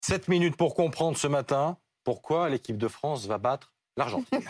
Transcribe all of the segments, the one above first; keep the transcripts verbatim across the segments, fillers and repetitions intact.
sept minutes pour comprendre ce matin pourquoi l'équipe de France va battre l'Argentine.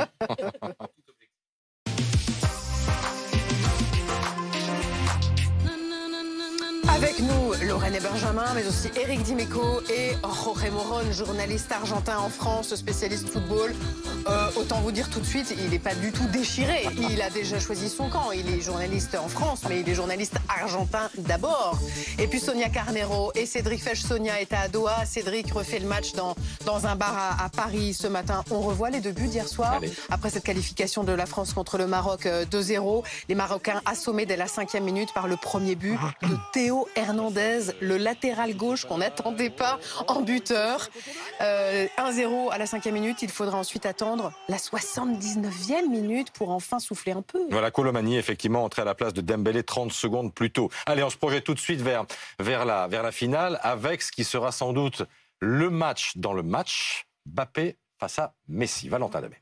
Avec nous, Lorraine et Benjamin, mais aussi Éric Dimeco et Jorge Moron, journaliste argentin en France, spécialiste football. Euh, autant vous dire tout de suite, il n'est pas du tout déchiré. Il a déjà choisi son camp. Il est journaliste en France, mais il est journaliste argentin d'abord. Et puis Sonia Carneiro et Cédric Fesch. Sonia est à Doha. Cédric refait le match dans, dans un bar à, à Paris ce matin. On revoit les deux buts d'hier soir. Allez. Après cette qualification de la France contre le Maroc deux zéro. Les Marocains assommés dès la cinquième minute par le premier but de Théo Hernandez, le latéral gauche qu'on n'attendait pas en buteur. Euh, un zéro à la cinquième minute. Il faudra ensuite attendre la soixante-dix-neuvième minute pour enfin souffler un peu. Voilà, Colomani effectivement entré à la place de Dembélé trente secondes plus tôt. Allez, on se projette tout de suite vers, vers, la, vers la finale avec ce qui sera sans doute le match dans le match. Mbappé face à Messi. Valentin Damé.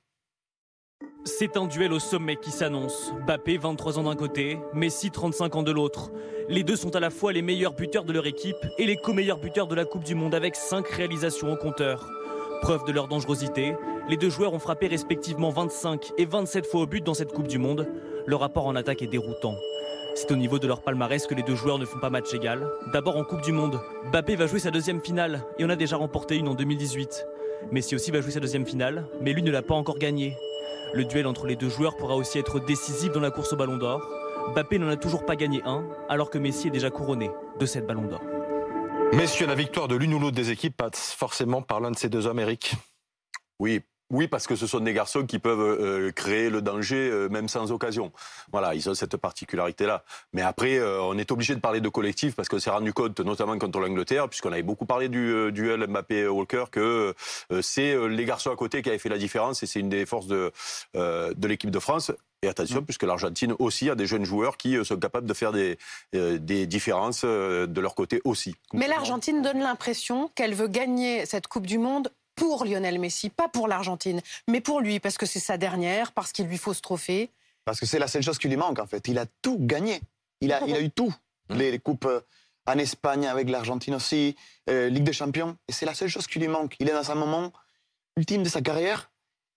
C'est un duel au sommet qui s'annonce. Mbappé, vingt-trois ans d'un côté, Messi, trente-cinq ans de l'autre. Les deux sont à la fois les meilleurs buteurs de leur équipe et les co-meilleurs buteurs de la Coupe du Monde avec cinq réalisations au compteur. Preuve de leur dangerosité, les deux joueurs ont frappé respectivement vingt-cinq et vingt-sept fois au but dans cette Coupe du Monde. Leur rapport en attaque est déroutant. C'est au niveau de leur palmarès que les deux joueurs ne font pas match égal. D'abord en Coupe du Monde, Mbappé va jouer sa deuxième finale et en a déjà remporté une en deux mille dix-huit. Messi aussi va jouer sa deuxième finale, mais lui ne l'a pas encore gagnée. Le duel entre les deux joueurs pourra aussi être décisif dans la course au Ballon d'Or. Mbappé n'en a toujours pas gagné un, alors que Messi est déjà couronné de cette Ballon d'Or. Messieurs, la victoire de l'une ou l'autre des équipes passe forcément par l'un de ces deux hommes, Éric. Oui. Oui, parce que ce sont des garçons qui peuvent euh, créer le danger euh, même sans occasion. Voilà, ils ont cette particularité-là. Mais après, euh, on est obligé de parler de collectif parce qu'on s'est rendu compte, notamment contre l'Angleterre, puisqu'on avait beaucoup parlé du euh, duel Mbappé-Walker, que euh, c'est euh, les garçons à côté qui avaient fait la différence et c'est une des forces de, euh, de l'équipe de France. Et attention, mmh. puisque l'Argentine aussi a des jeunes joueurs qui euh, sont capables de faire des, euh, des différences euh, de leur côté aussi. Mais l'Argentine donne l'impression qu'elle veut gagner cette Coupe du Monde pour Lionel Messi, pas pour l'Argentine, mais pour lui, parce que c'est sa dernière, parce qu'il lui faut ce trophée. Parce que c'est la seule chose qui lui manque, en fait. Il a tout gagné. Il a, il a eu tout. Les, les coupes en Espagne, avec l'Argentine aussi, euh, Ligue des Champions. Et c'est la seule chose qui lui manque. Il est dans un moment ultime de sa carrière.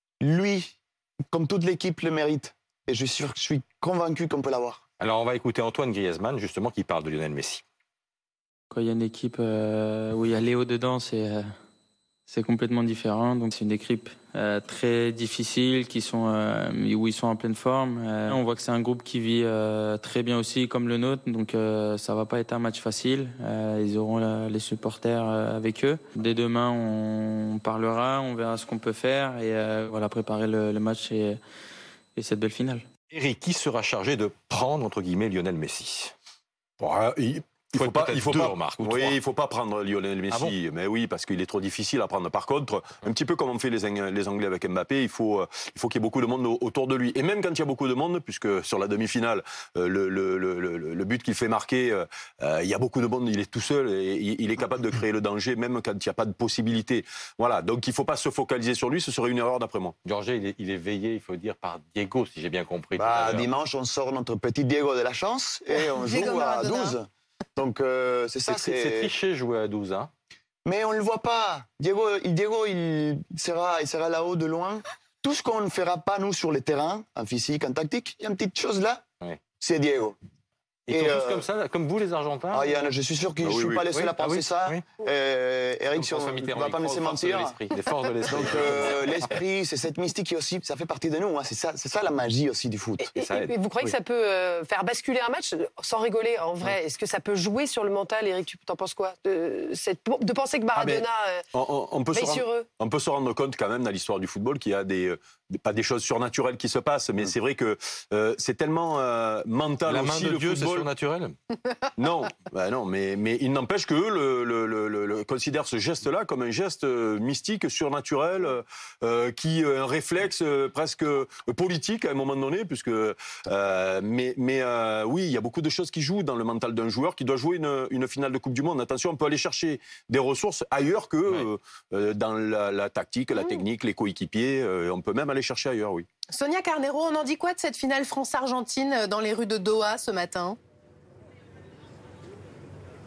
Lui, comme toute l'équipe, le mérite. Et je suis, sûr, je suis convaincu qu'on peut l'avoir. Alors, on va écouter Antoine Griezmann, justement, qui parle de Lionel Messi. Quand il y a une équipe euh, où il y a Léo dedans, c'est... Euh... C'est complètement différent, donc c'est une équipe euh, très difficile, qui sont, euh, où ils sont en pleine forme. Euh, on voit que c'est un groupe qui vit euh, très bien aussi, comme le nôtre, donc euh, ça va pas être un match facile. Euh, ils auront la, les supporters euh, avec eux. Dès demain, on parlera, on verra ce qu'on peut faire et euh, voilà, préparer le, le match et, et cette belle finale. Eric, qui sera chargé de prendre, entre guillemets, Lionel Messi? Ouais, il... Il faut pas, il faut deux pas, remarques, ou oui, trois. il faut pas prendre Lionel Messi, ah bon mais oui, parce qu'il est trop difficile à prendre. Par contre, un petit peu comme on fait les, les Anglais avec Mbappé, il faut, il faut qu'il y ait beaucoup de monde autour de lui. Et même quand il y a beaucoup de monde, puisque sur la demi-finale, le, le, le, le, le but qu'il fait marquer, euh, il y a beaucoup de monde, il est tout seul et il est capable de créer le danger, même quand il n'y a pas de possibilité. Voilà, donc il faut pas se focaliser sur lui, ce serait une erreur d'après moi. Georges, il est, il est veillé, il faut dire, par Diego, si j'ai bien compris. Bah, dimanche, on sort notre petit Diego de la chance et on joue à douze. Donc euh, c'est ça, c'est... C'est triché jouer à douze, hein. Mais on ne le voit pas. Diego, il, Diego, il sera, il sera là-haut de loin. Tout ce qu'on ne fera pas, nous, sur les terrains, en physique, en tactique, il y a une petite chose là, oui. C'est Diego. Ils sont tous euh... comme ça, comme vous, les Argentins. Ah, Yann, je suis sûr que ah, je ne oui, suis oui. pas le seul oui. à penser ah, oui. ça. Oui. Euh, Eric, si on ne va pas me laisser mentir. Les forces de l'esprit. Donc, euh, l'esprit, c'est cette mystique qui aussi, ça fait partie de nous. Hein. C'est ça, c'est ça la magie aussi du foot. Et, et, ça et vous croyez oui. que ça peut euh, faire basculer un match, sans rigoler, en vrai? Oui. Est-ce que ça peut jouer sur le mental, Eric? Tu t'en penses quoi de, cette, de penser que Maradona ah, ben, euh, on, on, peut veille sur eux? On peut se rendre compte quand même dans l'histoire du football qu'il y a des, des pas des choses surnaturelles qui se passent, mais mmh. c'est vrai que euh, c'est tellement euh, mental la aussi. La main de le Dieu, football. C'est surnaturel? Non, bah non, mais, mais il n'empêche qu'eux le, le, le, le, le, considèrent ce geste-là comme un geste mystique, surnaturel, euh, qui est un réflexe euh, presque politique à un moment donné, puisque. Euh, mais mais euh, oui, il y a beaucoup de choses qui jouent dans le mental d'un joueur qui doit jouer une, une finale de Coupe du Monde. Attention, on peut aller chercher des ressources ailleurs que ouais. euh, dans la, la tactique, la mmh. technique, les coéquipiers. Euh, on peut même aller chercher ailleurs, oui. Sonia Carneiro, on en dit quoi de cette finale France-Argentine dans les rues de Doha ce matin?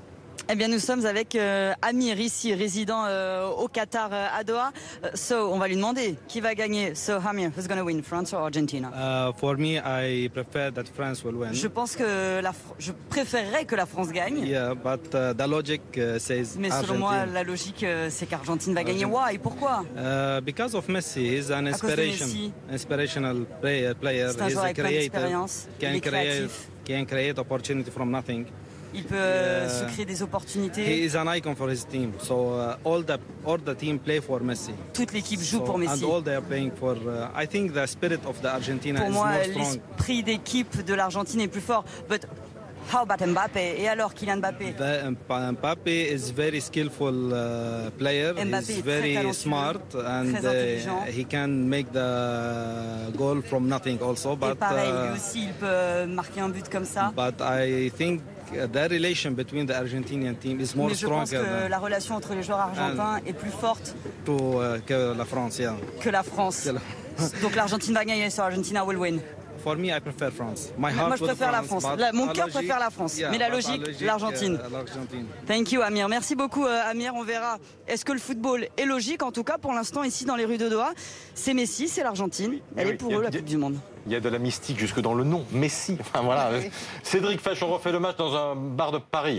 Eh bien, nous sommes avec euh, Amir, ici, résident euh, au Qatar, euh, à Doha. Uh, so, on va lui demander qui va gagner. So, Amir, who's going to win, France or Argentina? Uh, for me, I prefer that France will win. Je pense que la Fr- je préférerais que la France gagne. Yeah, but uh, the logic uh, says Mais selon Argentine. moi, la logique, euh, c'est qu'Argentine va gagner. Why? Pourquoi? Uh, because of Messi, he's an À cause de inspiration, Messi. inspirational player. player. C'est un He's joueur a avec plein creator, d'expérience. Il can est create, créatif. can create opportunity from nothing. Il peut euh, Yeah. se créer des opportunités. He is an icon for his team. So uh, all the all the team play for Messi. Toute l'équipe joue So, pour Messi. And all they are playing for. Uh, I think the spirit of the Argentina Pour is moi, more strong. l'esprit d'équipe de l'Argentine est plus fort. But how about Mbappé? Et alors, Kylian Mbappé? The- Mbappé is very skillful uh, player. Mbappé He's est très very talentueux, smart and très intelligent. uh, he can make the goal from nothing also. Et But pareil, lui uh, aussi, il peut marquer un but comme ça. but I think the relation between the Argentinian team is more Mais je pense stronger que than la relation entre les joueurs argentins est plus forte to uh, que la France. Yeah. que la France. Que la- Donc l'Argentine va gagner, so Argentina will win. For me, I prefer France. My Moi, heart je will préfère la France, France. but La- mon la cœur logique- préfère la France. yeah, Mais la but logique, l'Argentine. uh, l'Argentine. Thank you, Amir. Merci beaucoup, euh, Amir. On verra. Est-ce que le football est logique? En tout cas, pour l'instant, ici, dans les rues de Doha, c'est Messi, c'est l'Argentine. Elle oui, est pour il y a- eux, la il y a- Coupe du Monde. Il y a de la mystique jusque dans le nom, Messi. Enfin, voilà. Cédric Fesch, on refait le match dans un bar de Paris.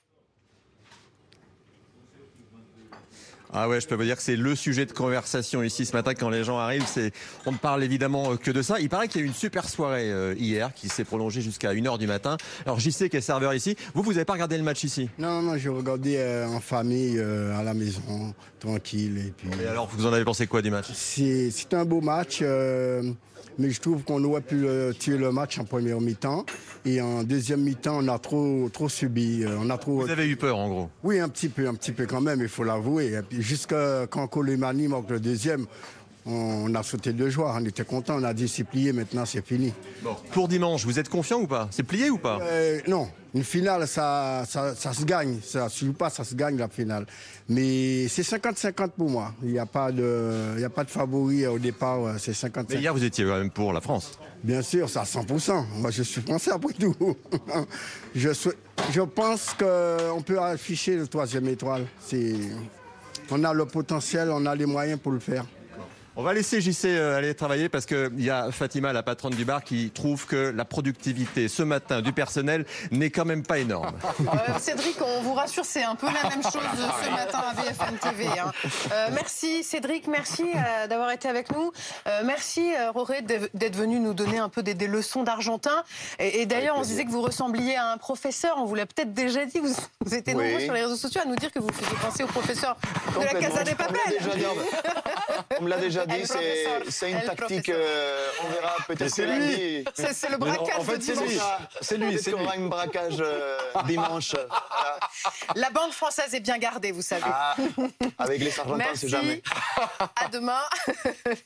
Ah ouais, je peux vous dire que c'est le sujet de conversation ici ce matin quand les gens arrivent. C'est, on ne parle évidemment que de ça. Il paraît qu'il y a eu une super soirée euh, hier qui s'est prolongée jusqu'à une heure du matin. Alors J C qui est serveur ici. Vous, vous n'avez pas regardé le match ici? Non, non, non, j'ai regardé euh, en famille, euh, à la maison, tranquille. Et puis, Et alors, vous en avez pensé quoi du match? c'est, c'est un beau match, euh, mais je trouve qu'on aurait pu euh, tuer le match en première mi-temps. Et en deuxième mi-temps, on a trop, trop subi. euh, On a trop... Vous avez eu peur en gros? Oui, un petit peu, un petit peu quand même, il faut l'avouer. Et puis jusqu'à quand Koulibaly manque le deuxième, on a sauté de joie. On était content, on a dit c'est plié, maintenant c'est fini. Bon. Pour dimanche, vous êtes confiant ou pas? C'est plié ou pas? Euh, non, une finale, ça, ça, ça se gagne. Ça se joue pas, ça se gagne la finale. Mais c'est cinquante cinquante pour moi. Il n'y a pas de, il y a pas de favori au départ. C'est cinquante cinquante. Mais hier, vous étiez quand même pour la France. Bien sûr, c'est à cent pour cent. Moi, je suis français après tout. je, souhaite- je pense qu'on peut afficher le troisième étoile. C'est, on a le potentiel, on a les moyens pour le faire. On va laisser J C euh, aller travailler parce qu'il y a Fatima, la patronne du bar, qui trouve que la productivité ce matin du personnel n'est quand même pas énorme. Euh, Cédric, on vous rassure, c'est un peu la même chose ce matin à B F M T V. Hein. Euh, merci Cédric, merci euh, d'avoir été avec nous. Euh, merci euh, Roré d'être d'être venu nous donner un peu des, des leçons d'argentin. Et, et d'ailleurs, on se disait que vous ressembliez à un professeur. On vous l'a peut-être déjà dit. Vous, vous étiez Oui. nombreux sur les réseaux sociaux à nous dire que vous faisiez penser au professeur de la Complètement. Casa des On me l'a Papel. déjà dit. On me l'a déjà dit, El c'est, professeur. c'est une El tactique, professeur. euh, on verra peut-être c'est que lui. lundi. C'est c'est le Mais non, braquage en fait, de c'est dimanche. lui. C'est lui, Peut-être c'est qu'il y lui. aura un braquage euh, dimanche. Voilà. La bande française est bien gardée, vous savez. Ah, avec les Argentins, on ne sait Merci. jamais. À demain.